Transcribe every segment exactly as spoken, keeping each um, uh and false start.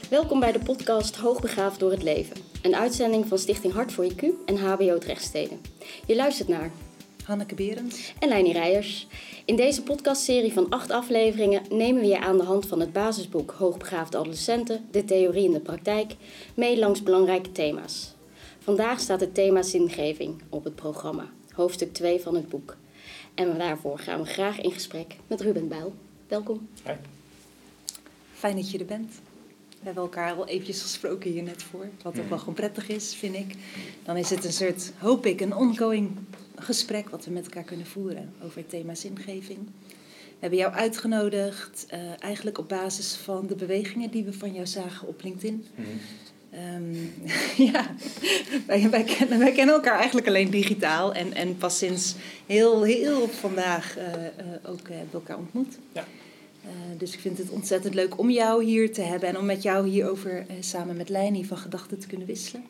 Welkom bij de podcast Hoogbegaafd door het leven. Een uitzending van Stichting Hart voor I Q en H B O Drechtstede. Je luistert naar Hanneke Berends en Leini Rijers. In deze podcastserie van acht afleveringen nemen we je aan de hand van het basisboek Hoogbegaafde Adolescenten, de theorie en de praktijk, mee langs belangrijke thema's. Vandaag staat het thema zingeving op het programma, hoofdstuk twee van het boek. En daarvoor gaan we graag in gesprek met Ruben Bijl. Welkom. Hi. Fijn dat je er bent. We hebben elkaar al eventjes gesproken hier net voor, wat ook wel gewoon prettig is, vind ik. Dan is het een soort, hoop ik, een ongoing gesprek wat we met elkaar kunnen voeren over het thema zingeving. We hebben jou uitgenodigd, uh, eigenlijk op basis van de bewegingen die we van jou zagen op LinkedIn. Mm-hmm. Um, ja, wij, wij, kennen, wij kennen elkaar eigenlijk alleen digitaal en, en pas sinds heel, heel vandaag uh, uh, ook uh, hebben we elkaar ontmoet. Ja. Uh, dus ik vind het ontzettend leuk om jou hier te hebben en om met jou hierover uh, samen met Leini van gedachten te kunnen wisselen.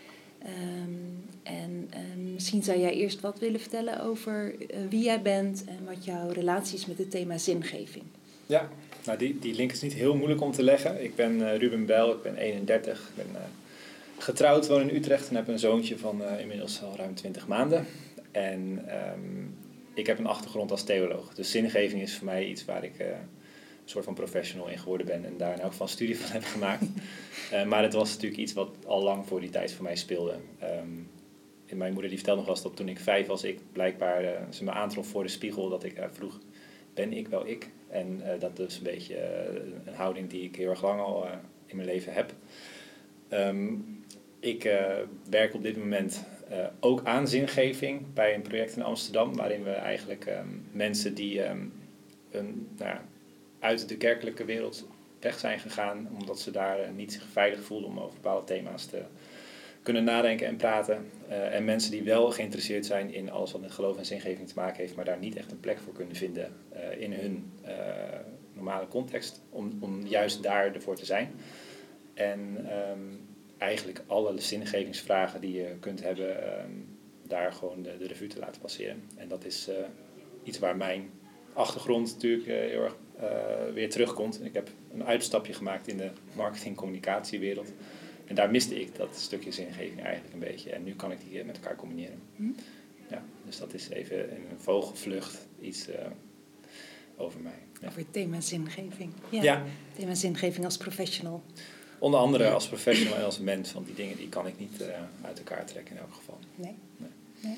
Um, en uh, misschien zou jij eerst wat willen vertellen over uh, wie jij bent en wat jouw relatie is met het thema zingeving. Ja, nou die, die link is niet heel moeilijk om te leggen. Ik ben uh, Ruben Bijl, ik ben eenendertig, ik ben uh, getrouwd, woon in Utrecht en heb een zoontje van uh, inmiddels al ruim twintig maanden. En um, ik heb een achtergrond als theoloog, dus zingeving is voor mij iets waar ik uh, een soort van professional in geworden ben en daar in elk geval studie van heb gemaakt. uh, maar het was natuurlijk iets wat al lang voor die tijd voor mij speelde. Um, en mijn moeder die vertelde nog wel eens dat toen ik vijf was, ik blijkbaar uh, ze me aantrof voor de spiegel, dat ik uh, vroeg, ben ik wel ik? En uh, dat is een beetje uh, een houding die ik heel erg lang al uh, in mijn leven heb. Um, ik uh, werk op dit moment uh, ook aan zingeving bij een project in Amsterdam, waarin we eigenlijk um, mensen die um, een, nou ja, uit de kerkelijke wereld weg zijn gegaan, omdat ze daar uh, niet zich veilig voelden om over bepaalde thema's te kunnen nadenken en praten. Uh, en mensen die wel geïnteresseerd zijn in alles wat met geloof en zingeving te maken heeft, maar daar niet echt een plek voor kunnen vinden uh, in hun uh, normale context, om, om juist daar ervoor te zijn. En um, eigenlijk alle zingevingsvragen die je kunt hebben, um, daar gewoon de, de revue te laten passeren. En dat is uh, iets waar mijn achtergrond natuurlijk uh, heel erg uh, weer terugkomt. Ik heb een uitstapje gemaakt in de marketing-communicatiewereld. En daar miste ik dat stukje zingeving eigenlijk een beetje. En nu kan ik die met elkaar combineren. Mm. Ja, dus dat is even in een vogelvlucht iets uh, over mij. Ja. Over het thema zingeving. Ja, ja. Het thema zingeving als professional. Onder andere als professional en als mens. Want die dingen die kan ik niet uh, uit elkaar trekken in elk geval. Nee. nee. nee.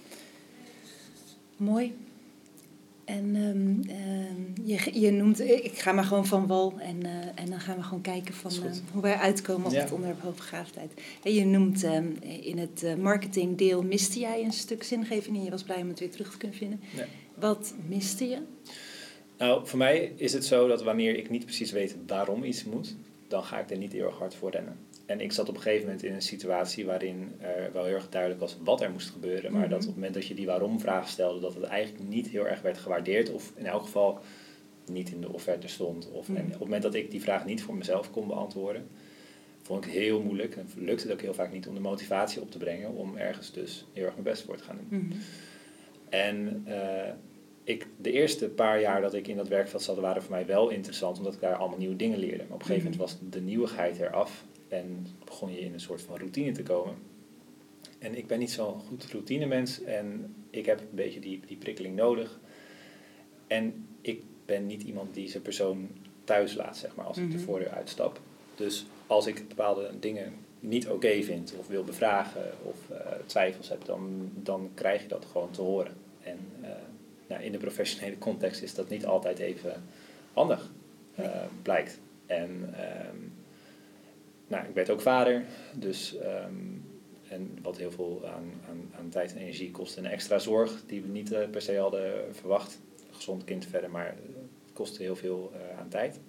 Mooi. En um, um, je, je noemt, ik ga maar gewoon van wal en, uh, en dan gaan we gewoon kijken van uh, hoe wij uitkomen op ja. het onderwerp hoogbegaafdheid. En je noemt um, in het uh, marketingdeel miste jij een stuk zingeving en je was blij om het weer terug te kunnen vinden. Ja. Wat miste je? Nou, voor mij is het zo dat wanneer ik niet precies weet waarom iets moet, dan ga ik er niet heel erg hard voor rennen. En ik zat op een gegeven moment in een situatie waarin er wel heel erg duidelijk was wat er moest gebeuren. Maar mm-hmm. dat op het moment dat je die waarom-vraag stelde, dat het eigenlijk niet heel erg werd gewaardeerd. Of in elk geval niet in de offerte stond. Of, mm-hmm. En op het moment dat ik die vraag niet voor mezelf kon beantwoorden, vond ik het heel moeilijk. En lukte het ook heel vaak niet om de motivatie op te brengen om ergens dus heel erg mijn best voor te gaan doen. Mm-hmm. En uh, ik, de eerste paar jaar dat ik in dat werkveld zat, waren voor mij wel interessant, omdat ik daar allemaal nieuwe dingen leerde. Maar op een gegeven moment was de nieuwigheid eraf. En begon je in een soort van routine te komen. En ik ben niet zo'n goed routinemens. En ik heb een beetje die, die prikkeling nodig. En ik ben niet iemand die zijn persoon thuis laat, zeg maar, als ik mm-hmm. de voordeur uitstap. Dus als ik bepaalde dingen niet oké okay vind, of wil bevragen, of uh, twijfels heb, dan, dan krijg je dat gewoon te horen. En uh, nou, in de professionele context is dat niet altijd even handig, uh, blijkt. En um, nou, ik werd ook vader, dus um, en wat heel veel aan, aan, aan tijd en energie kost en extra zorg die we niet uh, per se hadden verwacht. Gezond kind verder, maar het kostte heel veel uh, aan tijd.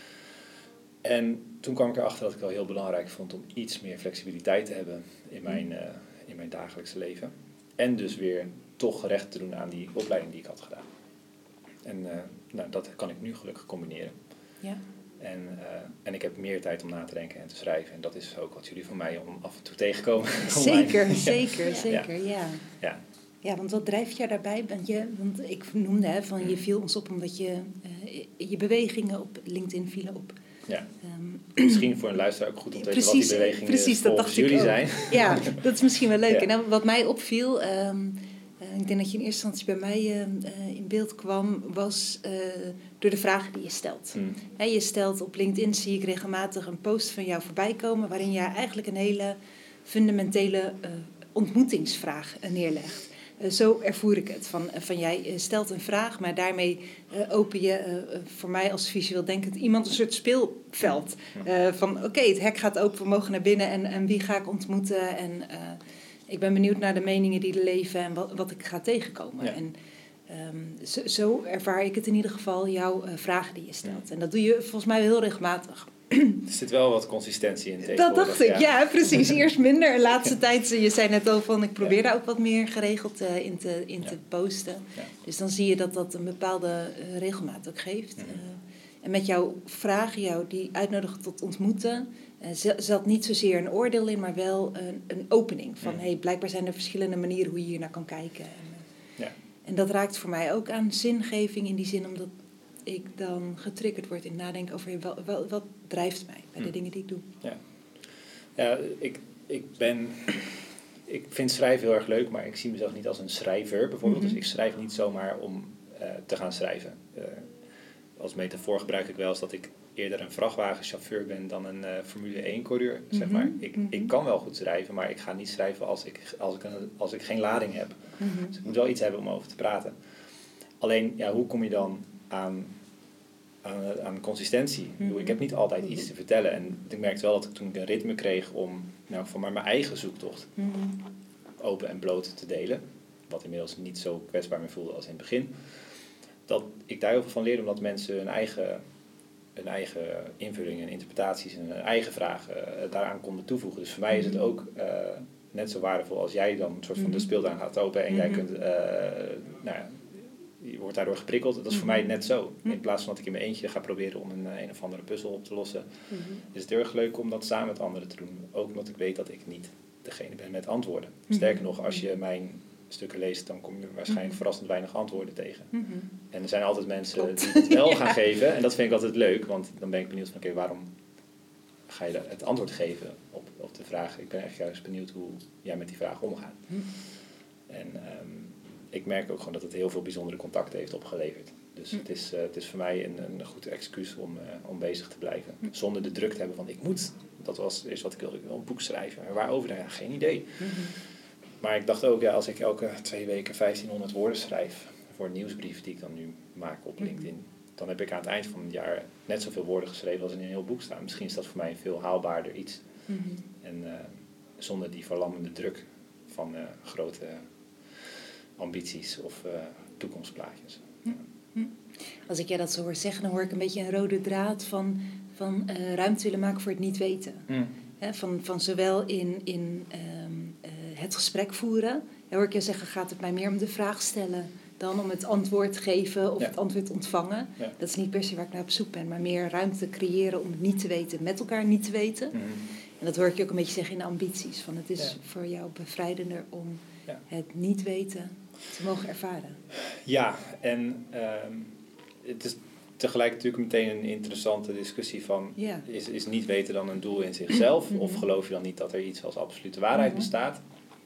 En toen kwam ik erachter dat ik wel heel belangrijk vond om iets meer flexibiliteit te hebben in mijn, uh, in mijn dagelijkse leven. En dus weer toch recht te doen aan die opleiding die ik had gedaan. En uh, nou, dat kan ik nu gelukkig combineren. Ja. En, uh, en ik heb meer tijd om na te denken en te schrijven. En dat is ook wat jullie van mij om af en toe tegenkomen. Zeker, zeker, zeker, ja. ja. ja. Ja, want wat drijft je daarbij? Want, je, want ik noemde, hè, van je viel ons op omdat je, uh, je bewegingen op LinkedIn vielen op. Ja. Um, misschien voor een luisteraar ook goed om te weten precies, wat die bewegingen precies, dat volgens dacht jullie ik zijn. Ja, dat is misschien wel leuk. Ja. En wat mij opviel, um, uh, ik denk dat je in eerste instantie bij mij uh, uh, in beeld kwam, was uh, door de vragen die je stelt. Hmm. He, je stelt op LinkedIn, zie ik regelmatig een post van jou voorbij komen, waarin je eigenlijk een hele fundamentele uh, ontmoetingsvraag uh, neerlegt. Uh, zo ervoer ik het. Van, uh, van jij uh, stelt een vraag, maar daarmee uh, open je uh, uh, voor mij als visueel denkend iemand een soort speelveld. Uh, van oké, okay, het hek gaat open, we mogen naar binnen en, en wie ga ik ontmoeten? En uh, ik ben benieuwd naar de meningen die er leven en wat, wat ik ga tegenkomen. Ja. En um, zo, zo ervaar ik het in ieder geval, jouw uh, vragen die je stelt. Ja. En dat doe je volgens mij heel regelmatig. Er zit wel wat consistentie in. Dat dacht ik, ja, ja precies. Eerst minder. En laatste ja. tijd, je zei net al van, ik probeer ja. daar ook wat meer geregeld uh, in te, in ja. te posten. Ja. Dus dan zie je dat dat een bepaalde uh, regelmaat ook geeft. Mm-hmm. Uh, en met jouw vragen, jou die uitnodigen tot ontmoeten, uh, zat niet zozeer een oordeel in, maar wel een, een opening. Van, mm-hmm. hey, blijkbaar zijn er verschillende manieren hoe je hier naar kan kijken. En, uh, ja. en dat raakt voor mij ook aan zingeving in die zin, omdat ik dan getriggerd word in nadenken over wel, wel, wat drijft mij bij de dingen die ik doe. Ja, ja ik, ik ben... Ik vind schrijven heel erg leuk, maar ik zie mezelf niet als een schrijver bijvoorbeeld. Mm-hmm. Dus ik schrijf niet zomaar om uh, te gaan schrijven. Uh, als metafoor gebruik ik wel eens dat ik eerder een vrachtwagenchauffeur ben dan een uh, Formule één coureur. Mm-hmm. Zeg maar. ik, mm-hmm. ik kan wel goed schrijven, maar ik ga niet schrijven als ik, als ik, een, als ik geen lading heb. Mm-hmm. Dus ik moet wel iets hebben om over te praten. Alleen, ja, hoe kom je dan aan... Aan, aan consistentie. Mm-hmm. Ik heb niet altijd mm-hmm. iets te vertellen. En ik merkte wel dat ik toen ik een ritme kreeg om nou, voor maar mijn eigen zoektocht mm-hmm. open en bloot te delen. Wat inmiddels niet zo kwetsbaar meer voelde als in het begin. Dat ik daar heel veel van leerde omdat mensen hun eigen, hun eigen invulling en interpretaties en hun eigen vragen uh, daaraan konden toevoegen. Dus voor mij is het ook uh, net zo waardevol als jij dan een soort van de speeltuin gaat open en mm-hmm. jij kunt... Uh, nou ja, je wordt daardoor geprikkeld. Dat is mm-hmm. voor mij net zo. In plaats van dat ik in mijn eentje ga proberen om een, een of andere puzzel op te lossen. Mm-hmm. Is het heel erg leuk om dat samen met anderen te doen. Ook omdat ik weet dat ik niet degene ben met antwoorden. Mm-hmm. Sterker nog, als je mijn stukken leest, dan kom je waarschijnlijk mm-hmm. verrassend weinig antwoorden tegen. Mm-hmm. En er zijn altijd mensen Klopt. die het wel gaan geven. En dat vind ik altijd leuk, want dan ben ik benieuwd van, oké, okay, waarom ga je het antwoord geven op, op de vraag? Ik ben echt juist benieuwd hoe jij met die vraag omgaat. Mm-hmm. En... Um, ik merk ook gewoon dat het heel veel bijzondere contacten heeft opgeleverd. Dus mm. het, is, uh, het is voor mij een, een goed excuus om, uh, om bezig te blijven. Mm. Zonder de druk te hebben van ik moet. Dat was eerst wat ik wilde. Ik wil een boek schrijven. Maar waarover? Ja, geen idee. Mm-hmm. Maar ik dacht ook, ja, als ik elke twee weken vijftienhonderd woorden schrijf voor een nieuwsbrief die ik dan nu maak op LinkedIn. Mm-hmm. Dan heb ik aan het eind van het jaar net zoveel woorden geschreven als in een heel boek staan. Misschien is dat voor mij een veel haalbaarder iets. Mm-hmm. En uh, zonder die verlammende druk van uh, grote... Uh, ambities of uh, toekomstplaatjes. Ja. Als ik jij dat zo hoor zeggen, dan hoor ik een beetje een rode draad van, van uh, ruimte willen maken voor het niet weten. Mm. He, van, van zowel in, in um, uh, het gesprek voeren. Dan hoor ik je zeggen, gaat het mij meer om de vraag stellen dan om het antwoord geven of ja. het antwoord ontvangen. Ja. Dat is niet per se waar ik naar op zoek ben, maar meer ruimte creëren om het niet te weten, met elkaar niet te weten. Mm. En dat hoor ik je ook een beetje zeggen in de ambities. Van het is ja. voor jou bevrijdender om ja. het niet weten te mogen ervaren. Ja, en um, het is tegelijk natuurlijk meteen een interessante discussie van... Ja. Is, is niet weten dan een doel in zichzelf? Mm-hmm. Of geloof je dan niet dat er iets als absolute waarheid mm-hmm. bestaat?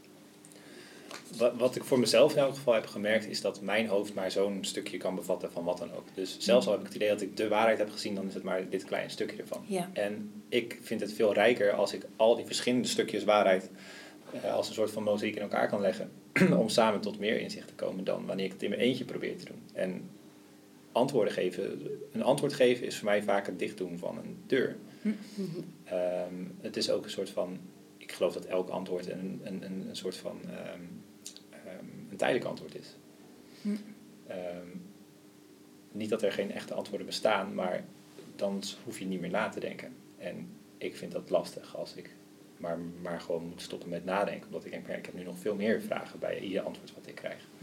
Wat, wat ik voor mezelf in elk geval heb gemerkt... is dat mijn hoofd maar zo'n stukje kan bevatten van wat dan ook. Dus zelfs al heb ik het idee dat ik de waarheid heb gezien... dan is het maar dit kleine stukje ervan. Ja. En ik vind het veel rijker als ik al die verschillende stukjes waarheid... Uh, als een soort van mozaïek in elkaar kan leggen... om samen tot meer inzicht te komen dan wanneer ik het in mijn eentje probeer te doen. En antwoorden geven, een antwoord geven is voor mij vaak het dichtdoen van een deur. Mm-hmm. Um, het is ook een soort van, ik geloof dat elk antwoord een, een, een, een soort van um, um, een tijdelijk antwoord is. Mm. Um, niet dat er geen echte antwoorden bestaan, maar dan hoef je niet meer na te denken. En ik vind dat lastig als ik maar, maar gewoon moet stoppen met nadenken. Omdat ik denk, ik heb nu nog veel meer vragen bij ieder antwoord wat ik krijg. Hm.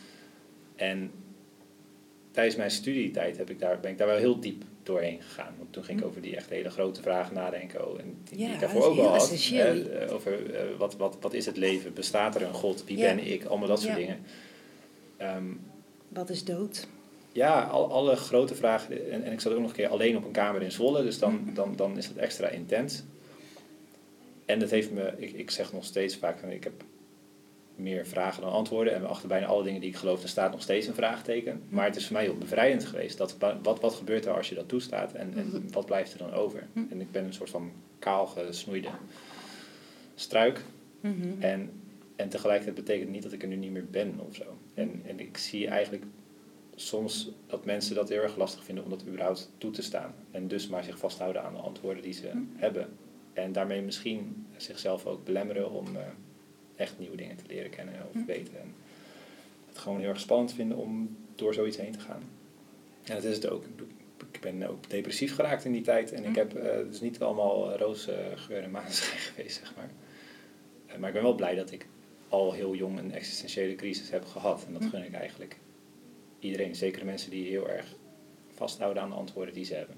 En tijdens mijn studietijd heb ik daar, ben ik daar wel heel diep doorheen gegaan. Want toen ging ik over die echt hele grote vragen nadenken. Oh, en die, ja, die ik daarvoor ook al had. Eh, over uh, wat, wat, wat is het leven? Bestaat er een God? Wie ja. ben ik? Allemaal dat soort ja. dingen. Um, wat is dood? ja, al, alle grote vragen. En, en ik zat ook nog een keer alleen op een kamer in Zwolle. Dus dan, dan, dan is het extra intens. En dat heeft me... Ik, ik zeg nog steeds vaak... Ik heb meer vragen dan antwoorden. En achter bijna alle dingen die ik geloof... er staat nog steeds een vraagteken. Maar het is voor mij heel bevrijdend geweest. Dat, wat, wat gebeurt er als je dat toestaat? En, en wat blijft er dan over? En ik ben een soort van kaal gesnoeide struik. Mm-hmm. En, en tegelijkertijd betekent het niet dat ik er nu niet meer ben of zo. En, en ik zie eigenlijk soms dat mensen dat heel erg lastig vinden om dat überhaupt toe te staan. En dus maar zich vasthouden aan de antwoorden die ze mm. hebben. En daarmee misschien zichzelf ook belemmeren om uh, echt nieuwe dingen te leren kennen of mm. weten. En het gewoon heel erg spannend vinden om door zoiets heen te gaan. En dat is het ook. Ik ben ook depressief geraakt in die tijd. En mm. ik heb, uh, het is niet allemaal roze geur en maneschijn geweest, zeg maar. Uh, maar ik ben wel blij dat ik al heel jong een existentiële crisis heb gehad. En dat gun ik eigenlijk iedereen. Zeker de mensen die heel erg vasthouden aan de antwoorden die ze hebben.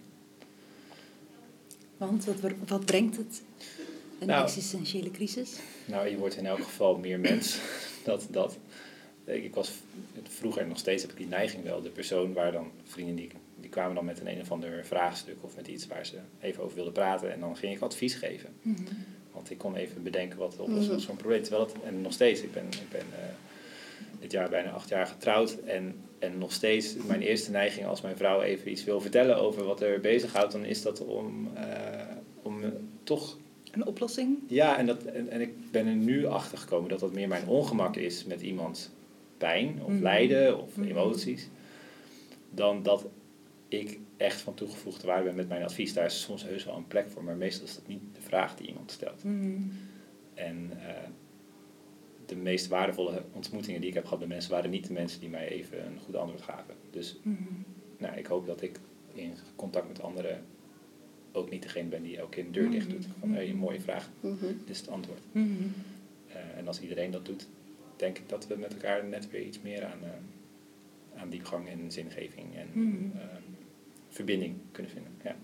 Want wat, wat brengt het? Een nou, existentiële crisis? Nou, je wordt in elk geval meer mens. dat, dat. Ik was vroeger, nog steeds heb ik die neiging wel. De persoon waar dan vrienden die, die kwamen dan met een een of ander vraagstuk of met iets waar ze even over wilden praten. En dan ging ik advies geven. Mm-hmm. Want ik kon even bedenken wat de oplossing was voor een probleem. Terwijl het, en nog steeds, ik ben, ik ben uh, dit jaar bijna acht jaar getrouwd. En, en nog steeds, mijn eerste neiging als mijn vrouw even iets wil vertellen over wat er bezighoudt, dan is dat om, uh, om uh, toch... Een oplossing? Ja, en, dat, en, en ik ben er nu achter gekomen dat dat meer mijn ongemak is met iemands pijn of mm-hmm. lijden of mm-hmm. emoties. Dan dat ik echt van toegevoegde waarde ben met mijn advies. Daar is soms heus wel een plek voor, maar meestal is dat niet de vraag die iemand stelt. Mm-hmm. En uh, de meest waardevolle ontmoetingen die ik heb gehad met mensen waren niet de mensen die mij even een goed antwoord gaven. Dus mm-hmm. nou, ik hoop dat ik in contact met anderen ook niet degene ben die elke keer een deur dicht doet. Van, hey, een mooie vraag, mm-hmm. dit is het antwoord. Mm-hmm. Uh, en als iedereen dat doet, denk ik dat we met elkaar net weer iets meer aan, uh, aan diepgang en zingeving en mm-hmm. uh, verbinding kunnen vinden. Ja.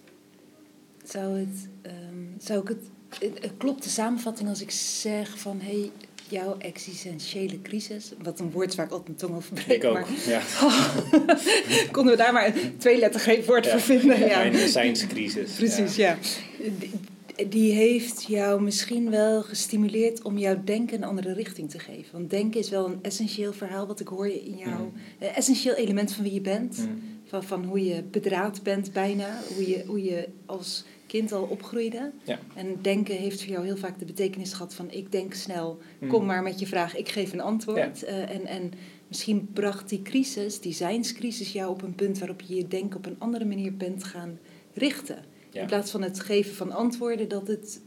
Zou het, um, zou ik het, het, klopt de samenvatting als ik zeg van, hey, jouw existentiële crisis, wat een woord waar ik altijd mijn tong over breek. Ik ook, maar, ja. Oh, konden we daar maar een tweelettergreep woord ja. voor vinden. Ja. Mijn zijnscrisis. Precies, ja. ja. Die, die heeft jou misschien wel gestimuleerd om jouw denken een andere richting te geven. Want denken is wel een essentieel verhaal wat ik hoor in jou. Mm. Een essentieel element van wie je bent. Mm. Van, van hoe je bedraad bent bijna. Hoe je, hoe je als kind al opgroeide. Ja. En denken heeft voor jou heel vaak de betekenis gehad van ik denk snel, mm. kom maar met je vraag, ik geef een antwoord. Ja. Uh, en, en misschien bracht die crisis, die zijnscrisis, jou op een punt waarop je je denken op een andere manier bent gaan richten. Ja. In plaats van het geven van antwoorden, dat het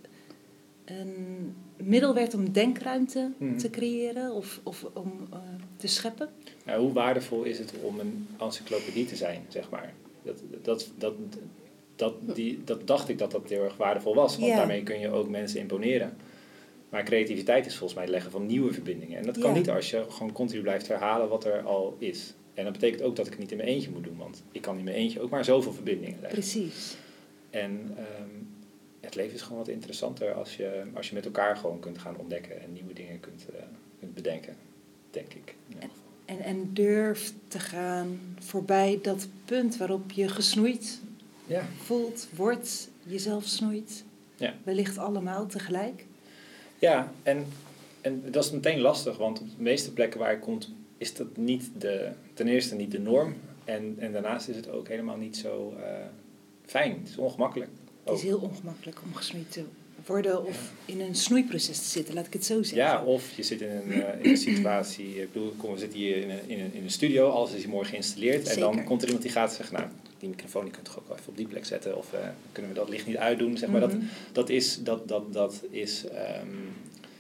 een middel werd om denkruimte mm. te creëren of, of om uh, te scheppen. Nou, hoe waardevol is het om een encyclopedie te zijn, zeg maar? Dat, dat, dat, dat, die, dat dacht ik dat dat heel erg waardevol was, want ja. daarmee kun je ook mensen imponeren. Maar creativiteit is volgens mij het leggen van nieuwe verbindingen. En dat kan ja. niet als je gewoon continu blijft herhalen wat er al is. En dat betekent ook dat ik het niet in mijn eentje moet doen, want ik kan in mijn eentje ook maar zoveel verbindingen leggen. Precies. En um, het leven is gewoon wat interessanter als je, als je met elkaar gewoon kunt gaan ontdekken en nieuwe dingen kunt, uh, kunt bedenken, denk ik. En, en, en durf te gaan voorbij dat punt waarop je gesnoeid ja. voelt, wordt, jezelf snoeit. Ja. Wellicht allemaal tegelijk. Ja, en, en dat is meteen lastig, want op de meeste plekken waar ik kom is dat niet de, ten eerste niet de norm. En, en daarnaast is het ook helemaal niet zo uh, fijn. Het is ongemakkelijk. Het is heel ongemakkelijk om gesnoeid te worden of ja. in een snoeiproces te zitten, laat ik het zo zeggen. Ja, of je zit in een, uh, in een situatie, ik bedoel, kom, we zitten hier in een, in, een, in een studio, alles is hier mooi geïnstalleerd. Zeker. En dan komt er iemand die gaat zeggen, nou, die microfoon die kunt je toch ook wel even op die plek zetten of uh, kunnen we dat licht niet uitdoen, zeg maar. Mm-hmm. Dat, dat is, dat, dat, dat is, um,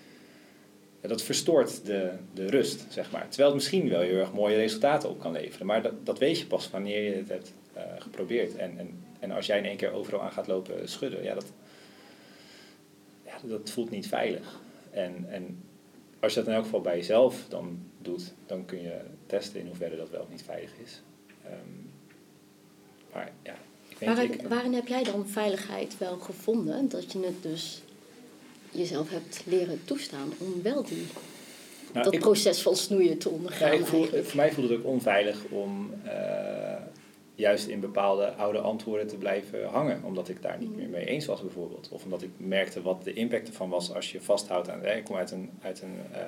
dat verstoort de, de rust, zeg maar. Terwijl het misschien wel heel erg mooie resultaten op kan leveren, maar dat, dat weet je pas wanneer je het hebt uh, geprobeerd. En, en, en als jij in één keer overal aan gaat lopen schudden, ja, dat, ja, dat voelt niet veilig. En, en als je dat in elk geval bij jezelf dan doet, dan kun je testen in hoeverre dat wel of niet veilig is. Um, maar ja, ik weet waarin, ik, waarin heb jij dan veiligheid wel gevonden? Dat je het dus jezelf hebt leren toestaan om wel die, nou, dat ik, proces van snoeien te ondergaan. Ja, ik voel, voor mij voelde het ook onveilig om, uh, juist in bepaalde oude antwoorden te blijven hangen. Omdat ik daar niet meer mee eens was bijvoorbeeld. Of omdat ik merkte wat de impact ervan was als je vasthoudt aan... Ik kom uit een, uit een, uh,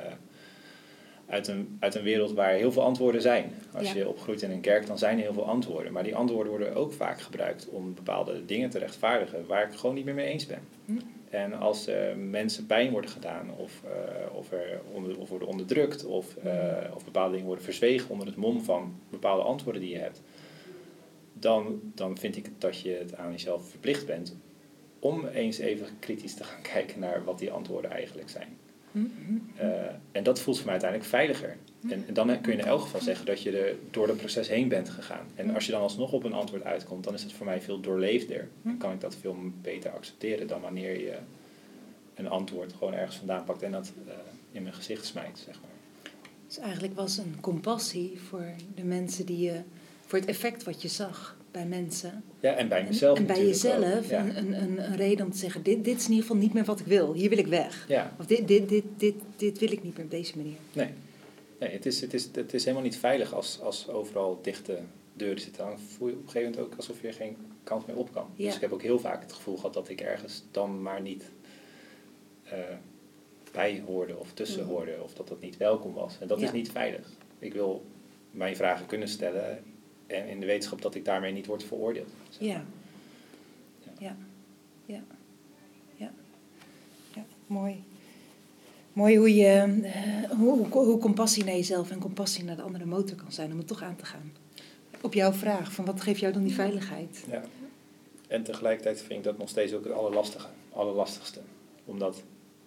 uit een, uit een wereld waar heel veel antwoorden zijn. Als ja. je opgroeit in een kerk, dan zijn er heel veel antwoorden. Maar die antwoorden worden ook vaak gebruikt om bepaalde dingen te rechtvaardigen waar ik gewoon niet meer mee eens ben. Hm. En als uh, mensen pijn worden gedaan of, uh, of, er onder, of worden onderdrukt of, uh, of bepaalde dingen worden verzwegen onder het mom van bepaalde antwoorden die je hebt, dan, dan vind ik dat je het aan jezelf verplicht bent om eens even kritisch te gaan kijken naar wat die antwoorden eigenlijk zijn. Mm-hmm. Uh, en dat voelt voor mij uiteindelijk veiliger. En, en dan kun je in elk geval zeggen dat je er door het proces heen bent gegaan. En als je dan alsnog op een antwoord uitkomt, dan is het voor mij veel doorleefder. Dan kan ik dat veel beter accepteren dan wanneer je een antwoord gewoon ergens vandaan pakt en dat uh, in mijn gezicht smijt, zeg maar. Dus eigenlijk was een compassie voor de mensen die je, voor het effect wat je zag bij mensen. Ja, en bij mezelf. En, en bij jezelf ja. een, een, een, een reden om te zeggen, dit, dit is in ieder geval niet meer wat ik wil. Hier wil ik weg. Ja. Of dit, dit, dit, dit, dit wil ik niet meer op deze manier. Nee, nee het, is, het, is, het is helemaal niet veilig als, als overal dichte deuren zitten. Dan voel je op een gegeven moment ook alsof je er geen kant meer op kan. Ja. Dus ik heb ook heel vaak het gevoel gehad dat ik ergens dan maar niet uh, bij hoorde of tussen mm-hmm. hoorde. Of dat dat niet welkom was. En dat ja. is niet veilig. Ik wil mijn vragen kunnen stellen en in de wetenschap dat ik daarmee niet word veroordeeld. Ja. Ja. Ja. Ja. Ja. Ja. Mooi. Mooi hoe je uh, hoe, hoe compassie naar jezelf en compassie naar de andere motor kan zijn om het toch aan te gaan. Op jouw vraag van wat geeft jou dan die veiligheid? Ja. En tegelijkertijd vind ik dat nog steeds ook het allerlastige, allerlastigste. Omdat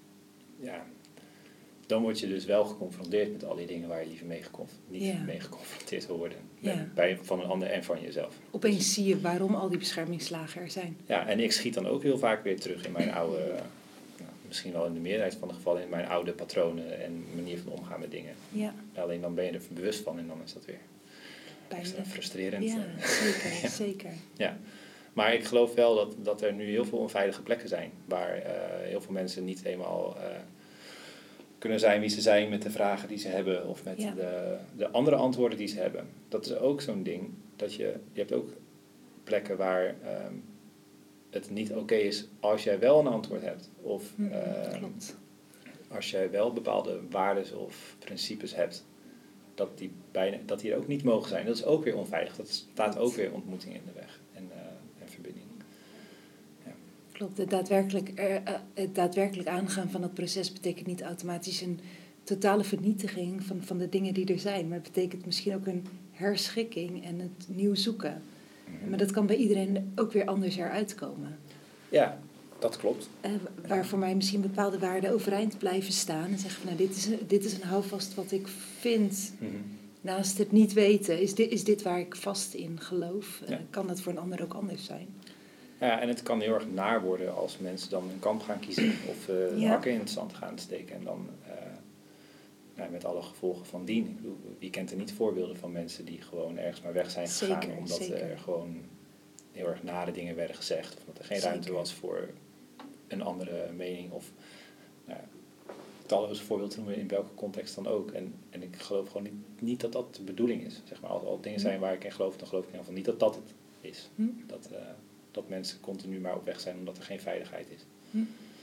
ja, dan word je dus wel geconfronteerd met al die dingen waar je liever mee geconf- niet ja. mee geconfronteerd wil worden. Ja. Bij, van een ander en van jezelf. Opeens dus, zie je waarom al die beschermingslagen er zijn. Ja, en ik schiet dan ook heel vaak weer terug in mijn oude, nou, misschien wel in de meerderheid van de gevallen, in mijn oude patronen en manier van omgaan met dingen. Ja. Alleen dan ben je er bewust van en dan is dat weer extra frustrerend. Ja, zeker, ja. zeker. Ja. Maar ik geloof wel dat, dat er nu heel veel onveilige plekken zijn, waar uh, heel veel mensen niet eenmaal uh, kunnen zijn wie ze zijn met de vragen die ze hebben of met ja. de, de andere antwoorden die ze hebben. Dat is ook zo'n ding, dat je, je hebt ook plekken waar um, het niet oké okay is als jij wel een antwoord hebt. Of mm, uh, klopt. als jij wel bepaalde waarden of principes hebt, dat die, bijna, dat die er ook niet mogen zijn. Dat is ook weer onveilig. Dat staat ook weer ontmoeting in de weg en, uh, en verbinding. Ja. Klopt, het daadwerkelijk, uh, het daadwerkelijk aangaan van het proces betekent niet automatisch een totale vernietiging van, van de dingen die er zijn. Maar het betekent misschien ook een herschikking en het nieuw zoeken. Mm-hmm. Maar dat kan bij iedereen ook weer anders eruit komen. Ja, dat klopt. Uh, waar voor mij misschien bepaalde waarden overeind blijven staan. En zeggen van, nou, dit is een, dit is een houvast wat ik vind. Mm-hmm. Naast het niet weten, is dit, is dit waar ik vast in geloof? Ja. Uh, kan dat voor een ander ook anders zijn? Ja, en het kan heel erg naar worden als mensen dan een kamp gaan kiezen. Of uh, ja. hakken in het zand gaan steken. En dan uh, nou, met alle gevolgen van dien. Ik bedoel, wie kent er niet voorbeelden van mensen die gewoon ergens maar weg zijn gegaan. Zeker, omdat zeker. er gewoon heel erg nare dingen werden gezegd. Of dat er geen zeker. ruimte was voor een andere mening of nou, talloze voorbeelden noemen in welke context dan ook. En, en ik geloof gewoon niet, niet dat dat de bedoeling is. Zeg maar. Als al dingen zijn waar ik in geloof, dan geloof ik in ieder geval niet dat dat het is. Hm? Dat, uh, dat mensen continu maar op weg zijn omdat er geen veiligheid is. Hm?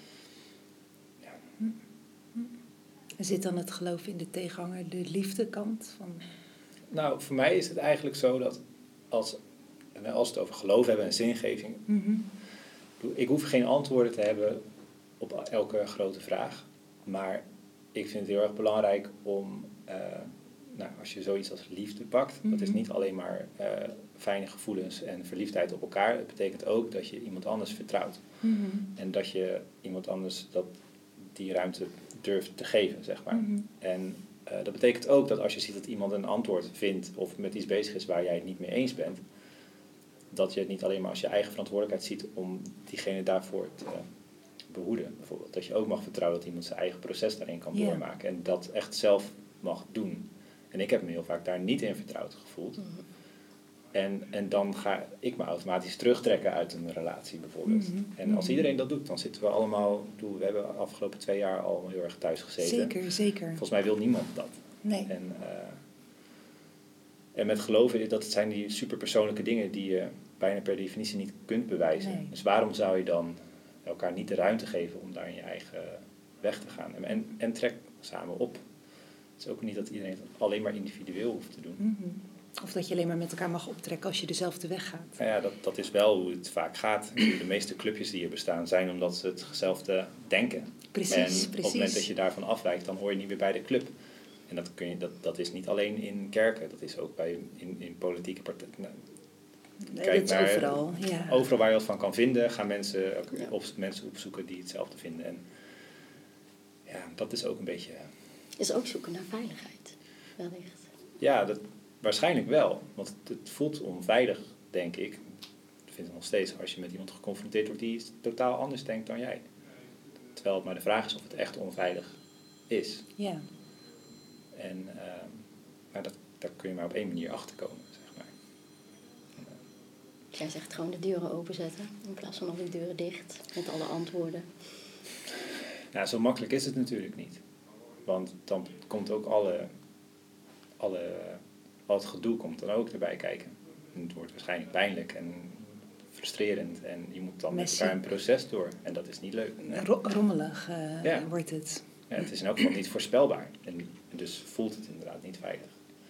Ja. Hm? Hm? Zit dan het geloof in de tegenhanger, de liefdekant? Van... Nou, voor mij is het eigenlijk zo dat als, als we het over geloof hebben en zingeving, mm-hmm. ik hoef geen antwoorden te hebben op elke grote vraag. Maar ik vind het heel erg belangrijk om, uh, nou, als je zoiets als liefde pakt, mm-hmm. dat is niet alleen maar uh, fijne gevoelens en verliefdheid op elkaar. Het betekent ook dat je iemand anders vertrouwt. Mm-hmm. En dat je iemand anders dat, die ruimte durft te geven, zeg maar. Mm-hmm. En uh, dat betekent ook dat als je ziet dat iemand een antwoord vindt of met iets bezig is waar jij het niet mee eens bent, dat je het niet alleen maar als je eigen verantwoordelijkheid ziet om diegene daarvoor te uh, behoeden, bijvoorbeeld. Dat je ook mag vertrouwen dat iemand zijn eigen proces daarin kan yeah. doormaken en dat echt zelf mag doen. En ik heb me heel vaak daar niet in vertrouwd gevoeld. Mm-hmm. En, en dan ga ik me automatisch terugtrekken uit een relatie bijvoorbeeld. Mm-hmm. En als iedereen dat doet, dan zitten we allemaal... We hebben de afgelopen twee jaar al heel erg thuis gezeten. Zeker, zeker. Volgens mij wil niemand dat. Nee. En, uh, En met geloven, dat zijn die superpersoonlijke dingen die je bijna per definitie niet kunt bewijzen. Nee. Dus waarom zou je dan elkaar niet de ruimte geven om daar in je eigen weg te gaan? En, en, en trek samen op. Het is ook niet dat iedereen het alleen maar individueel hoeft te doen. Mm-hmm. Of dat je alleen maar met elkaar mag optrekken als je dezelfde weg gaat. Nou ja, dat, dat is wel hoe het vaak gaat. De meeste clubjes die er bestaan zijn omdat ze hetzelfde denken. Precies, en precies. op het moment dat je daarvan afwijkt, dan hoor je niet meer bij de club. En dat, kun je, dat, dat is niet alleen in kerken, dat is ook bij, in, in politieke partijen. Nou, Nee, kijk dat is naar, overal. Ja. Overal waar je wat van kan vinden, gaan mensen, Ja. op, mensen opzoeken die hetzelfde vinden. En ja, dat is ook een beetje... Is ook zoeken naar veiligheid, wellicht. Ja, dat, waarschijnlijk wel. Want het, het voelt onveilig, denk ik. Ik vind het nog steeds als je met iemand geconfronteerd wordt die totaal anders denkt dan jij. Terwijl het maar de vraag is of het echt onveilig is. Ja. En, uh, maar dat, daar kun je maar op één manier achter komen, zeg maar. En, uh, Jij zegt gewoon de deuren openzetten in plaats van al die deuren dicht met alle antwoorden. nou, zo makkelijk is het natuurlijk niet. Want dan komt ook alle, alle, al het gedoe komt dan ook erbij kijken. En het wordt waarschijnlijk pijnlijk en frustrerend. En je moet dan Messy. met elkaar een proces door. En dat is niet leuk. Nee. Ro- rommelig uh, Ja. wordt het. Ja, het is in elk geval niet voorspelbaar. En dus voelt het inderdaad niet veilig.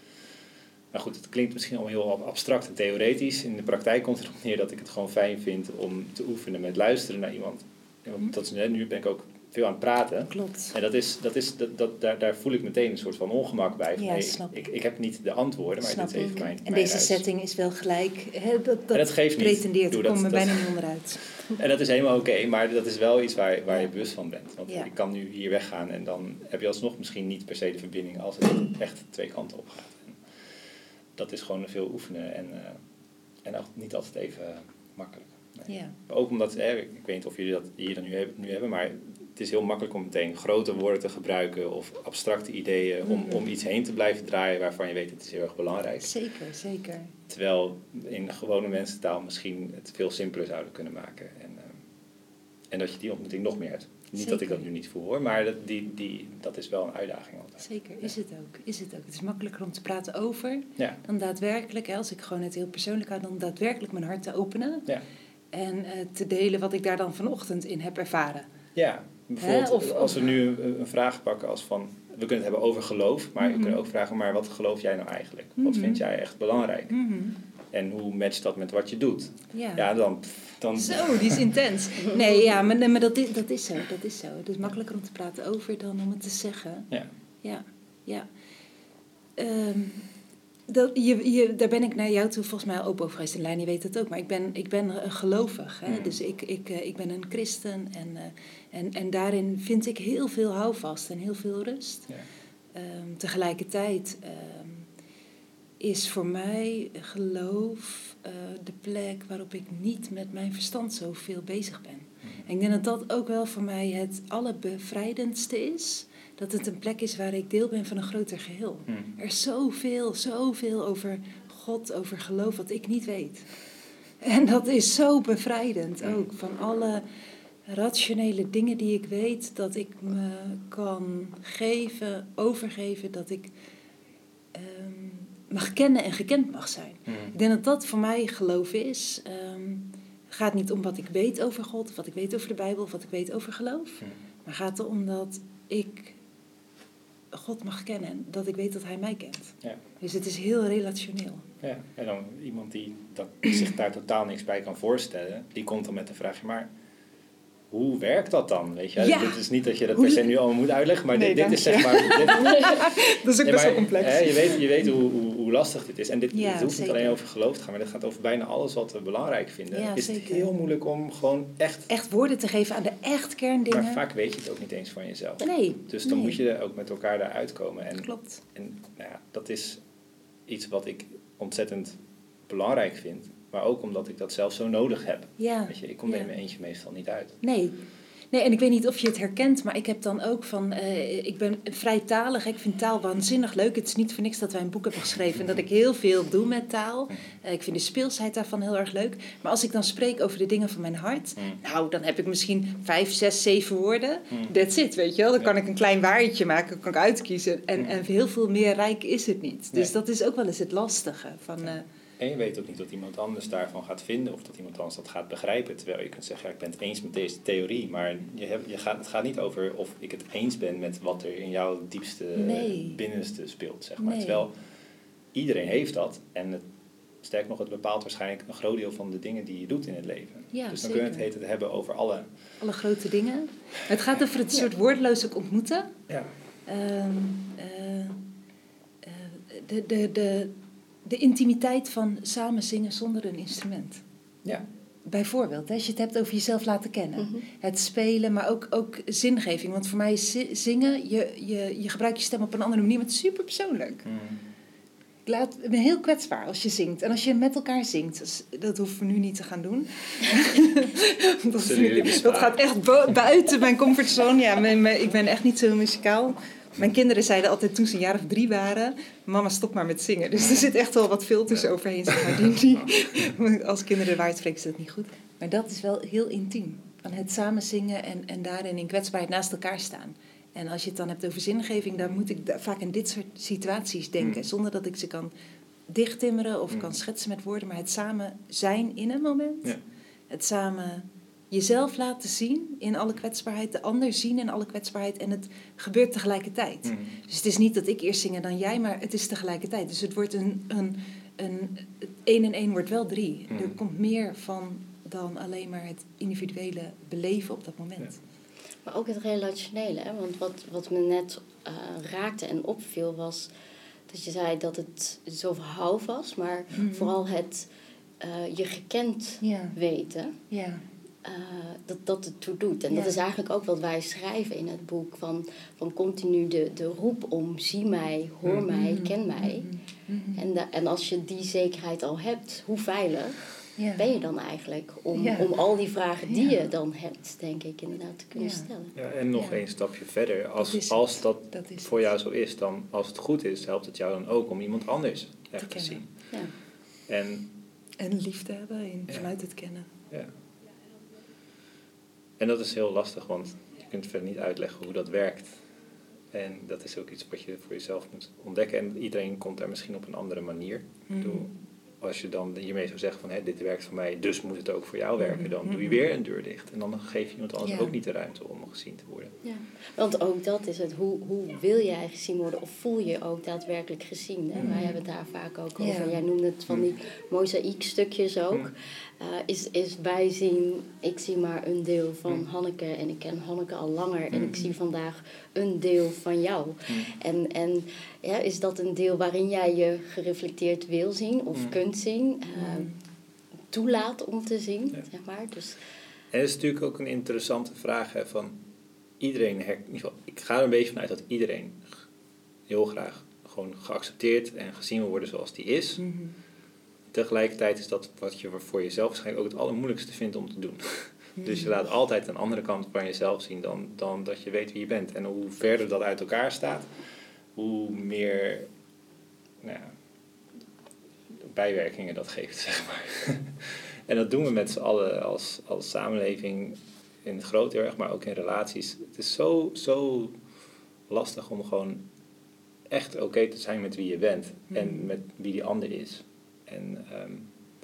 Maar goed, het klinkt misschien allemaal heel abstract en theoretisch. In de praktijk komt het erop neer dat ik het gewoon fijn vind om te oefenen met luisteren naar iemand. En want dat is, nu ben ik ook veel aan het praten. Klopt. En dat is, dat is, dat, dat, daar, daar voel ik meteen een soort van ongemak bij. Van, Ja, hey, snap ik, ik. ik heb niet de antwoorden, maar Snap dit is even ik. mijn En mijn deze huis. setting is wel gelijk. Hè, dat, dat, dat geeft niet. pretendeert. Doe Ik dat- kom er dat- bijna niet onderuit. En dat is helemaal oké, okay, maar dat is wel iets waar, waar je Ja. bewust van bent. Want Ja. je kan nu hier weggaan en dan heb je alsnog misschien niet per se de verbinding als het echt twee kanten op gaat. En dat is gewoon veel oefenen en, uh, en ook niet altijd even makkelijk. Nee. Ja. Maar ook omdat, eh, ik weet niet of jullie dat hier dan nu hebben, nu hebben, maar het is heel makkelijk om meteen grote woorden te gebruiken of abstracte ideeën om, Mm. om iets heen te blijven draaien waarvan je weet het is heel erg belangrijk. Zeker, zeker. Terwijl in gewone mensentaal misschien het veel simpeler zouden kunnen maken. En, uh, en dat je die ontmoeting nog meer hebt. Niet Zeker. dat ik dat nu niet voel hoor, maar dat, die, die, dat is wel een uitdaging altijd. Zeker, Ja. is het ook. Is het ook. Het is makkelijker om te praten over Ja. dan daadwerkelijk, hè, als ik gewoon het heel persoonlijk hou, dan daadwerkelijk mijn hart te openen. Ja. En uh, te delen wat ik daar dan vanochtend in heb ervaren. Ja, bijvoorbeeld Hè, of- als we nu een, een vraag pakken als van, we kunnen het hebben over geloof, maar Mhm. we kunnen ook vragen, maar wat geloof jij nou eigenlijk? Wat Mhm. vind jij echt belangrijk? Mhm. En hoe matcht dat met wat je doet? Ja. Ja, dan... dan Zo, die is intens. Nee, ja, maar, nee, maar dat, is, dat is zo. Dat is zo. Het is makkelijker om te praten over dan om het te zeggen. Ja. Ja, ja. Ehm, dat, je, je, daar ben ik naar jou toe volgens mij open over geweest. En Lijn, je weet het ook. Maar ik ben, ik ben uh, gelovig. Hè? Mm. Dus ik, ik, uh, ik ben een christen. En, uh, en, en daarin vind ik heel veel houvast en heel veel rust. Ja. Um, tegelijkertijd um, is voor mij geloof uh, de plek waarop ik niet met mijn verstand zoveel bezig ben. Mm. En ik denk dat dat ook wel voor mij het allerbevrijdendste is. Dat het een plek is waar ik deel ben van een groter geheel. Mm. Er is zoveel, zoveel over God, over geloof wat ik niet weet. En dat is zo bevrijdend ook. Van alle rationele dingen die ik weet dat ik me kan geven, overgeven. Dat ik um, mag kennen en gekend mag zijn. Mm. Ik denk dat dat voor mij geloof is. Um, het gaat niet om wat ik weet over God, of wat ik weet over de Bijbel, of wat ik weet over geloof. Mm. Maar gaat het om dat ik God mag kennen en dat ik weet dat hij mij kent. Ja. Dus het is heel relationeel. Ja, en dan iemand die dat, zich daar totaal niks bij kan voorstellen, die komt dan met de vraag, maar hoe werkt dat dan? Weet je? Ja. Het is niet dat je dat Hoe- per se nu allemaal moet uitleggen, maar Nee, dit, dit is dank zeg je. maar... Dit, Dat is ook nee, best maar, wel complex. Hè, je weet, je weet hoe, hoe, hoe lastig dit is. En dit, Ja, dit hoeft zeker. niet alleen over geloof te gaan, maar dit gaat over bijna alles wat we belangrijk vinden. Ja, is het zeker. heel moeilijk om gewoon echt... Echt woorden te geven aan de echt kerndingen. Maar vaak weet je het ook niet eens van jezelf. Nee. Dus dan nee. moet je ook met elkaar daaruit komen. En, Klopt. en nou ja, dat is iets wat ik ontzettend belangrijk vind. Maar ook omdat ik dat zelf zo nodig heb. Ja. Weet je, ik kom er Ja. in mijn eentje meestal niet uit. Nee. Nee, en ik weet niet of je het herkent, maar ik heb dan ook van... Uh, ik ben vrij talig, ik vind taal waanzinnig leuk. Het is niet voor niks dat wij een boek hebben geschreven en dat ik heel veel doe met taal. Uh, ik vind de speelsheid daarvan heel erg leuk. Maar als ik dan spreek over de dingen van mijn hart... Mm. nou, dan heb ik misschien vijf, zes, zeven woorden. Mm. That's it, weet je wel. Dan kan ik een klein waarheidje maken, kan ik uitkiezen. En, en heel veel meer rijk is het niet. Dus nee. Dat is ook wel eens het lastige van... Uh, En je weet ook niet wat iemand anders daarvan gaat vinden of dat iemand anders dat gaat begrijpen. Terwijl je kunt zeggen, ja, ik ben het eens met deze theorie. Maar je hebt, je gaat, het gaat niet over of ik het eens ben met wat er in jouw diepste nee. binnenste speelt. Zeg maar. Nee. Terwijl iedereen heeft dat. En het, sterk nog, het bepaalt waarschijnlijk een groot deel van de dingen die je doet in het leven. Ja, dus dan zeker. Kun je het, het hebben over alle... Alle grote dingen. Het gaat over het soort woordeloos ook ontmoeten. Ja. Um, uh, uh, de... de, de De intimiteit van samen zingen zonder een instrument. Ja. Bijvoorbeeld, als je het hebt over jezelf laten kennen. Mm-hmm. Het spelen, maar ook, ook zingeving. Want voor mij is zingen, je, je, je gebruikt je stem op een andere manier, maar het is super persoonlijk. Mm. Ik, laat, ik ben heel kwetsbaar als je zingt. En als je met elkaar zingt, dus dat hoeven we nu niet te gaan doen. dat, is, dat gaat echt bo- buiten mijn comfortzone. Ja, mijn, mijn, ik ben echt niet zo muzikaal. Mijn kinderen zeiden altijd toen ze een jaar of drie waren... mama, stop maar met zingen. Dus er zit echt wel wat filters ja. overheen. Zeg maar, die, die, als kinderen de waarheid spreken is dat niet goed. Maar dat is wel heel intiem. Van het samen zingen en, en daarin in kwetsbaarheid naast elkaar staan. En als je het dan hebt over zingeving... dan moet ik da- vaak in dit soort situaties denken. Mm. Zonder dat ik ze kan dichttimmeren of mm. kan schetsen met woorden. Maar het samen zijn in een moment. Ja. Het samen... jezelf laten zien in alle kwetsbaarheid, de ander zien in alle kwetsbaarheid en het gebeurt tegelijkertijd. Mm. Dus het is niet dat ik eerst zing en dan jij, maar het is tegelijkertijd. Dus het wordt een, een, een één en één wordt wel drie. Mm. Er komt meer van dan alleen maar het individuele beleven op dat moment. Ja. Maar ook het relationele, hè? Want wat, wat me net uh, raakte en opviel was dat je zei dat het zoveel houvast, maar mm. vooral het uh, je gekend ja. weten. Ja. Uh, dat dat het toe doet. En ja. dat is eigenlijk ook wat wij schrijven in het boek. Van, van continu de, de roep om zie mij, hoor mm-hmm. mij, ken mij. Mm-hmm. En, de, en als je die zekerheid al hebt, hoe veilig ja. ben je dan eigenlijk? Om, ja. om al die vragen die ja. je dan hebt, denk ik, inderdaad te kunnen ja. stellen. Ja, en nog ja. één stapje verder. Als dat, als dat, dat voor jou zo is, dan als het goed is, helpt het jou dan ook om iemand anders echt te, te zien. Ja. En, en liefde hebben in, ja. vanuit het kennen. Ja. En dat is heel lastig, want je kunt verder niet uitleggen hoe dat werkt. En dat is ook iets wat je voor jezelf moet ontdekken. En iedereen komt daar misschien op een andere manier. Mm. Doe, als je dan hiermee zou zeggen van, hé, dit werkt voor mij, dus moet het ook voor jou werken. Dan doe je weer een deur dicht. En dan geef je iemand anders ja. ook niet de ruimte om gezien te worden. Ja. Want ook dat is het. Hoe, hoe wil jij gezien worden? Of voel je ook daadwerkelijk gezien? Hè? Mm. Wij hebben het daar vaak ook ja. over. Jij noemde het van die mozaïekstukjes ook. Mm. Uh, is, is bijzien, ik zie maar een deel van mm. Hanneke en ik ken Hanneke al langer mm. en ik zie vandaag een deel van jou. Mm. En, en ja, is dat een deel waarin jij je gereflecteerd wil zien of mm. kunt zien, uh, mm. toelaat om te zien, ja. zeg maar. Dus, en dat is natuurlijk ook een interessante vraag, hè, van iedereen, her, in ieder geval, ik ga er een beetje vanuit dat iedereen heel graag gewoon geaccepteerd en gezien wil worden zoals die is. Mm-hmm. Tegelijkertijd is dat wat je voor jezelf waarschijnlijk ook het allermoeilijkste vindt om te doen. Mm. Dus je laat altijd een andere kant van jezelf zien dan, dan dat je weet wie je bent. En hoe verder dat uit elkaar staat, hoe meer nou ja, bijwerkingen dat geeft, zeg maar. En dat doen we met z'n allen als, als samenleving in het groot heel erg, maar ook in relaties. Het is zo, zo lastig om gewoon echt oké okay te zijn met wie je bent mm. en met wie die ander is. En um,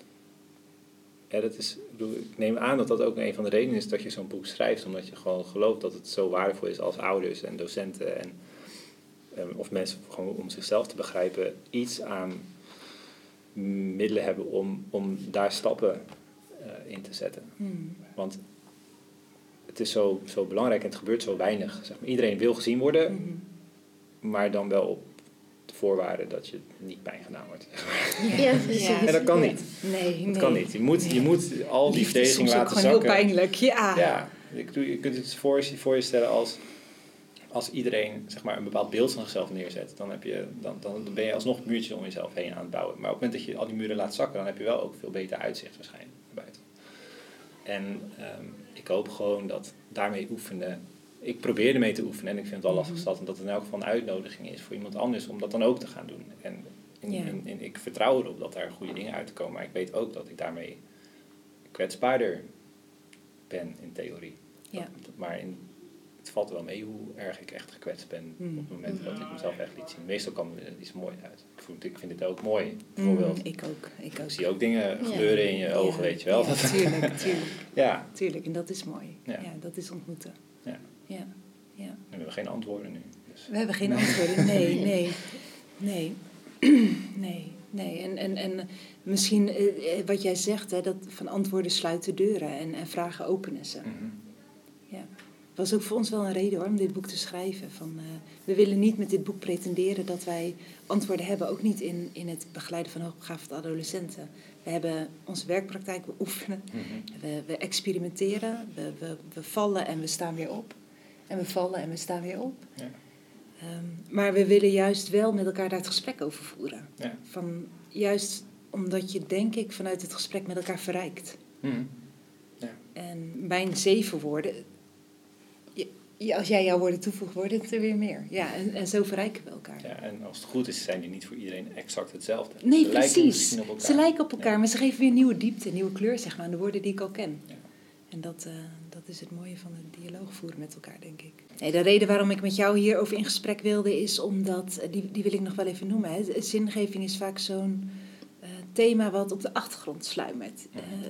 ja, dat is, ik, bedoel, ik neem aan dat dat ook een van de redenen is dat je zo'n boek schrijft. Omdat je gewoon gelooft dat het zo waardevol is als ouders en docenten. En, um, of mensen gewoon om zichzelf te begrijpen iets aan middelen hebben om, om daar stappen uh, in te zetten. Hmm. Want het is zo, zo belangrijk en het gebeurt zo weinig. Zeg maar. Iedereen wil gezien worden, hmm. maar dan wel op voorwaarde dat je niet pijn gedaan wordt. Ja, ja. En dat kan niet. Nee, dat nee. kan niet. Je moet, je moet al die verdediging laten zakken. Het is heel pijnlijk, ja. Ja, ik doe, je kunt het voor je, voor je stellen als, als iedereen zeg maar, een bepaald beeld van zichzelf neerzet. Dan, heb je, dan, dan ben je alsnog muurtjes om jezelf heen aan het bouwen. Maar op het moment dat je al die muren laat zakken, dan heb je wel ook veel beter uitzicht waarschijnlijk naar buiten. En um, ik hoop gewoon dat daarmee oefenen... Ik probeer ermee te oefenen en ik vind het wel lastig zat. En dat het in elk geval een uitnodiging is voor iemand anders om dat dan ook te gaan doen. En, en, Ja. en, en ik vertrouw erop dat daar goede dingen uit komen. Maar ik weet ook dat ik daarmee kwetsbaarder ben in theorie. Ja. Dat, maar in, het valt wel mee hoe erg ik echt gekwetst ben Mm. op het moment dat ik mezelf echt liet zien. Meestal kan er iets moois uit. Ik, voel, ik vind het ook mooi, bijvoorbeeld. Mm, ik ook. Ik ook. Ik zie ook dingen Ja. gebeuren in je ogen, Ja. weet je wel. Ja, tuurlijk, tuurlijk. Ja. Tuurlijk, en dat is mooi. Ja. Ja, dat is ontmoeten. Ja. Ja. Ja. En we hebben geen antwoorden nu. Dus. We hebben geen antwoorden. Nee, nee, nee. Nee, nee. En, en, en misschien eh, wat jij zegt, hè, dat van antwoorden sluiten deuren en, en vragen openen ze. Mm-hmm. Ja. Dat was ook voor ons wel een reden hoor, om dit boek te schrijven. Van, uh, we willen niet met dit boek pretenderen dat wij antwoorden hebben. Ook niet in, in het begeleiden van hoogbegaafde adolescenten. We hebben onze werkpraktijk, we oefenen, Mm-hmm. we, we experimenteren, we, we, we vallen en we staan weer op. En we vallen en we staan weer op. Ja. Um, maar we willen juist wel met elkaar daar het gesprek over voeren. Ja. Van, juist omdat je, denk ik, vanuit het gesprek met elkaar verrijkt. Mm-hmm. Ja. En mijn zeven woorden, je, je, als jij jouw woorden toevoegt, worden het er weer meer. Ja, en, en zo verrijken we elkaar. Ja, en als het goed is, zijn die niet voor iedereen exact hetzelfde. Nee, Ze lijken precies. misschien op elkaar. Ze lijken op elkaar, Ja. maar ze geven weer nieuwe diepte, nieuwe kleur zeg maar, aan de woorden die ik al ken. Ja. En dat, uh, dat is het mooie van het dialoog voeren met elkaar, denk ik. Nee, de reden waarom ik met jou hierover in gesprek wilde is omdat, die, die wil ik nog wel even noemen. Hè. Zingeving is vaak zo'n uh, thema wat op de achtergrond sluimert. Uh, uh,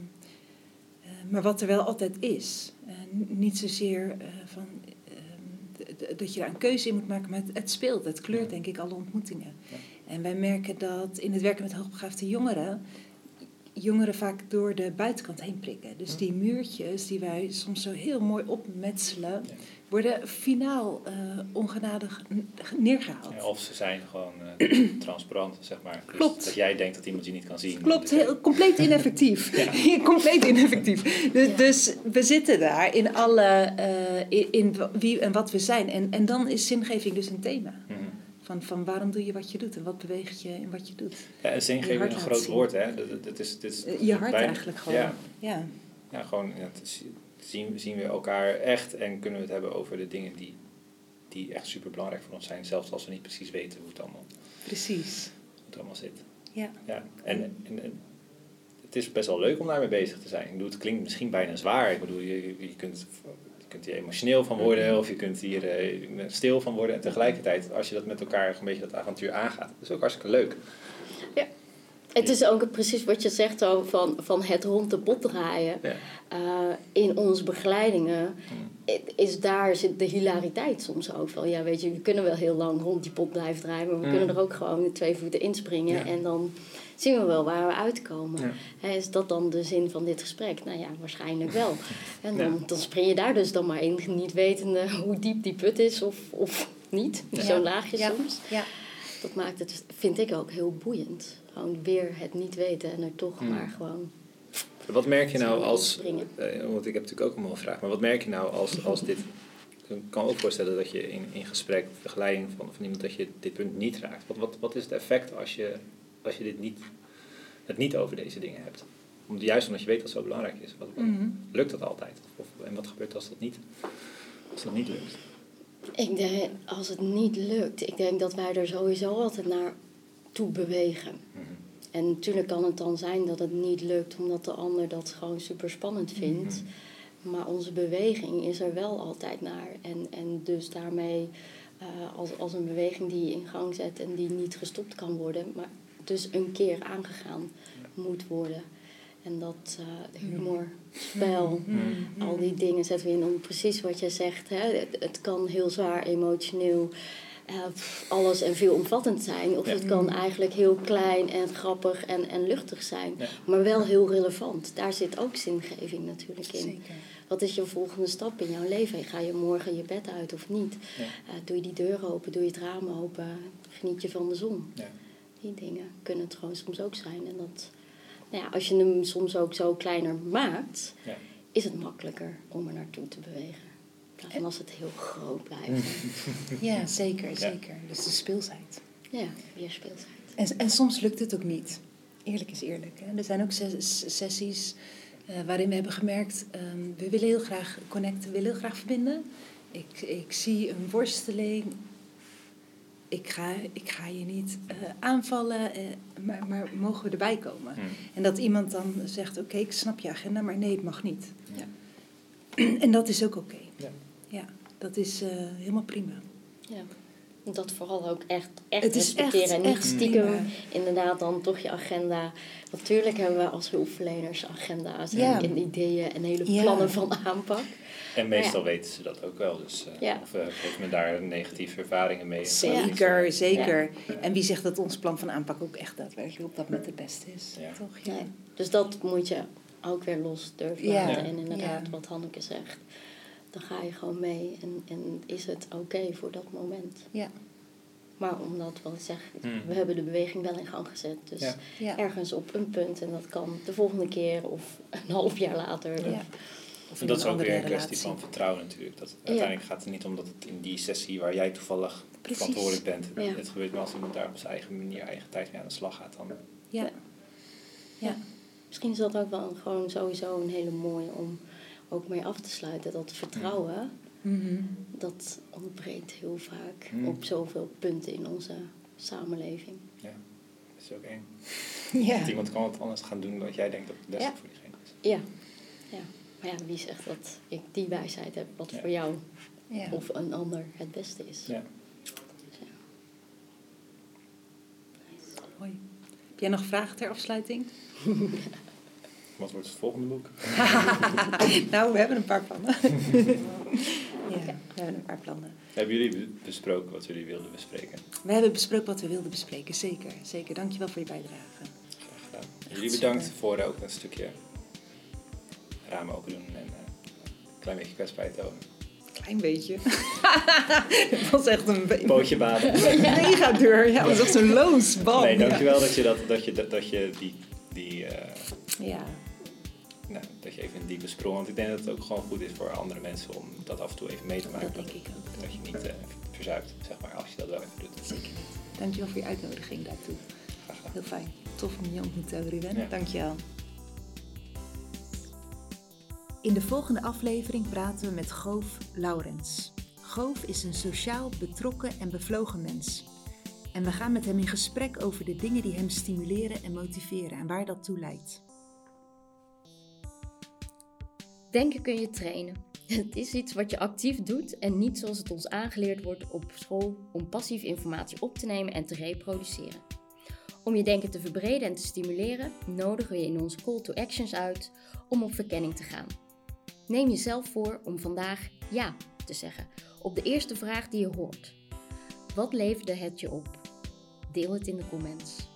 uh, maar wat er wel altijd is. Uh, niet zozeer uh, van, uh, d- d- dat je daar een keuze in moet maken, maar het, het speelt. Het kleurt denk ik alle ontmoetingen. Ja. En wij merken dat in het werken met hoogbegaafde jongeren... jongeren vaak door de buitenkant heen prikken. Dus die muurtjes die wij soms zo heel mooi opmetselen... Ja. worden finaal uh, ongenadig neergehaald. Ja, of ze zijn gewoon uh, transparant, zeg maar. Dus Klopt. dat jij denkt dat iemand je niet kan zien. Klopt, Dus, heel, compleet ineffectief. Ja. compleet ineffectief. Dus, Ja. dus we zitten daar in alle, uh, in, in wie en wat we zijn. En, en dan is zingeving dus een thema. mm-hmm. Van, van waarom doe je wat je doet en wat beweegt je in wat je doet. Ja, en Je zingeving hart is een laat groot zien. woord, hè. Dat, dat, dat is, dat is, Je hart bijna- eigenlijk gewoon. Ja, Ja. ja gewoon ja, het is- zien, zien we elkaar echt en kunnen we het hebben over de dingen die, die echt super belangrijk voor ons zijn. Zelfs als we niet precies weten hoe het allemaal, Precies. hoe het allemaal zit. Ja. Ja, en, en, en het is best wel leuk om daarmee bezig te zijn. Ik bedoel, het klinkt misschien bijna zwaar. Ik bedoel, je, je, kunt, je kunt hier emotioneel van worden of je kunt hier uh, stil van worden. En tegelijkertijd, als je dat met elkaar een beetje dat avontuur aangaat, dat is ook hartstikke leuk. Ja. Het is ook precies wat je zegt zo, van, van het rond de pot draaien. Ja. Uh, in onze begeleidingen Hmm. is daar zit de hilariteit soms ook van. Ja, weet je, we kunnen wel heel lang rond die pot blijven draaien, maar we Mm. kunnen er ook gewoon met twee voeten inspringen. Ja. En dan zien we wel waar we uitkomen. Ja. Hè, is dat dan de zin van dit gesprek? Nou ja, waarschijnlijk wel. En dan, Ja. dan spring je daar dus dan maar in, niet wetende hoe diep die put is of, of niet. Ja. Zo'n laagje Ja. soms. Ja. Dat maakt het, vind ik ook, heel boeiend. Gewoon weer het niet weten en er toch Mm. maar gewoon... Wat merk je nou Zo als, springen. eh, want ik heb natuurlijk ook allemaal een vraag, maar wat merk je nou als, als dit, ik kan me ook voorstellen dat je in, in gesprek, begeleiding van, van iemand, dat je dit punt niet raakt. Wat, wat, wat is het effect als je, als je dit niet, het niet over deze dingen hebt? Om, juist omdat je weet dat het zo belangrijk is. Wat, wat- Mhm. Lukt dat altijd? Of, en wat gebeurt als dat niet, als dat niet lukt? Ik denk, als het niet lukt, ik denk dat wij er sowieso altijd naar toe bewegen. Mhm. En natuurlijk kan het dan zijn dat het niet lukt, omdat de ander dat gewoon super spannend vindt. Mhm. Maar onze beweging is er wel altijd naar. En, en dus daarmee uh, als, als een beweging die je in gang zet en die niet gestopt kan worden, maar dus een keer aangegaan moet worden. En dat uh, humor, spel, Mhm. al die dingen zetten we in om precies wat jij zegt. Hè? Het, het kan heel zwaar emotioneel, uh, pff, alles en veelomvattend zijn. Of Ja. het kan eigenlijk heel klein en grappig en, en luchtig zijn. Ja. Maar wel heel relevant. Daar zit ook zingeving natuurlijk in. Zeker. Wat is je volgende stap in jouw leven? Ga je morgen je bed uit of niet? Ja. Uh, doe je die deur open? Doe je het raam open? Geniet je van de zon? Ja. Die dingen kunnen het gewoon soms ook zijn. En dat, nou ja, als je hem soms ook zo kleiner maakt, Ja. is het makkelijker om er naartoe te bewegen. In plaats van als het heel groot blijft. Ja, zeker, zeker. Dus de speelsheid. Ja, weer speelsheid. En, en soms lukt het ook niet. Eerlijk is eerlijk. Hè? Er zijn ook ses- sessies Uh, waarin we hebben gemerkt, um, we willen heel graag connecten, we willen heel graag verbinden. Ik, ik zie een worsteling. Ik ga, ik ga je niet uh, aanvallen, uh, maar, maar mogen we erbij komen? Hmm. En dat iemand dan zegt, oké, okay, ik snap je agenda, maar nee, het mag niet. Ja. En dat is ook oké. Okay. Ja. Ja, dat is uh, helemaal prima. Ja. Dat vooral ook echt, echt respecteren echt, en niet echt stiekem prima. Inderdaad dan toch je agenda. Natuurlijk hebben we als hulpverleners agenda's ja. en, en ideeën en hele plannen ja. van aanpak. En meestal ja. weten ze dat ook wel. Dus uh, ja. of uh, heeft men daar negatieve ervaringen mee? Zeker, ja. zeker. Ja. En wie zegt dat ons plan van aanpak ook echt daadwerkelijk op dat moment het beste is? Ja. Toch? Ja. Nee. Dus dat moet je ook weer los durven ja. laten. En inderdaad, ja. wat Hanneke zegt, dan ga je gewoon mee. En, en is het oké okay voor dat moment? Ja. Maar omdat, wat ik zeg, hmm. we hebben de beweging wel in gang gezet. Dus ja. Ja. ergens op een punt. En dat kan de volgende keer of een half jaar later. Ja. Of en dat is ook weer een kwestie relatie. van vertrouwen natuurlijk. Dat, uiteindelijk ja. gaat het niet om dat het in die sessie waar jij toevallig Precies. verantwoordelijk bent. Ja. Het gebeurt maar als iemand daar op zijn eigen manier, eigen tijd mee aan de slag gaat. Dan. Ja. Ja. ja. Misschien is dat ook wel gewoon sowieso een hele mooie om ook mee af te sluiten. Dat vertrouwen, mm-hmm. dat ontbreekt heel vaak mm. op zoveel punten in onze samenleving. Ja, dat is ook eng. Ja. Dat iemand kan wat anders gaan doen dan jij denkt dat het beste ja. voor diegene is. Ja. Ja. Maar ja, wie zegt dat ik die wijsheid heb wat ja. voor jou ja. of een ander het beste is. Ja. Dus ja. Nice. Mooi. Heb jij nog vragen ter afsluiting? Wat wordt het volgende boek? Nou, we hebben een paar plannen. ja, okay. we hebben een paar plannen. Hebben jullie besproken wat jullie wilden bespreken? We hebben besproken wat we wilden bespreken, zeker. Zeker, dankjewel voor je bijdrage. Graag gedaan. Echt jullie bedankt super. voor ook een stukje ramen open doen en uh, een klein beetje kwetsbaarheid tonen. Klein beetje. Dat was echt een beetje... Pootje baden. Mega duur. Ja, dat was echt zo'n loos bal. Nee, dankjewel ja. dat je, dat, dat je, dat je die... die uh, ja. Nou, dat je even een diepe sprong. Want ik denk dat het ook gewoon goed is voor andere mensen om dat af en toe even mee te maken. Dat denk ik ook. Dat je niet uh, verzuipt, zeg maar, als je dat wel even doet. Zeker niet. Dankjewel voor je uitnodiging daartoe. Graag gedaan. Heel fijn. Tof om je ontmoet te hebben, Ruben. Ja. Dankjewel. In de volgende aflevering praten we met Goof Laurens. Goof is een sociaal betrokken en bevlogen mens. En we gaan met hem in gesprek over de dingen die hem stimuleren en motiveren en waar dat toe leidt. Denken kun je trainen. Het is iets wat je actief doet en niet zoals het ons aangeleerd wordt op school om passief informatie op te nemen en te reproduceren. Om je denken te verbreden en te stimuleren, nodigen we je in onze call to actions uit om op verkenning te gaan. Neem jezelf voor om vandaag ja te zeggen op de eerste vraag die je hoort. Wat leverde het je op? Deel het in de comments.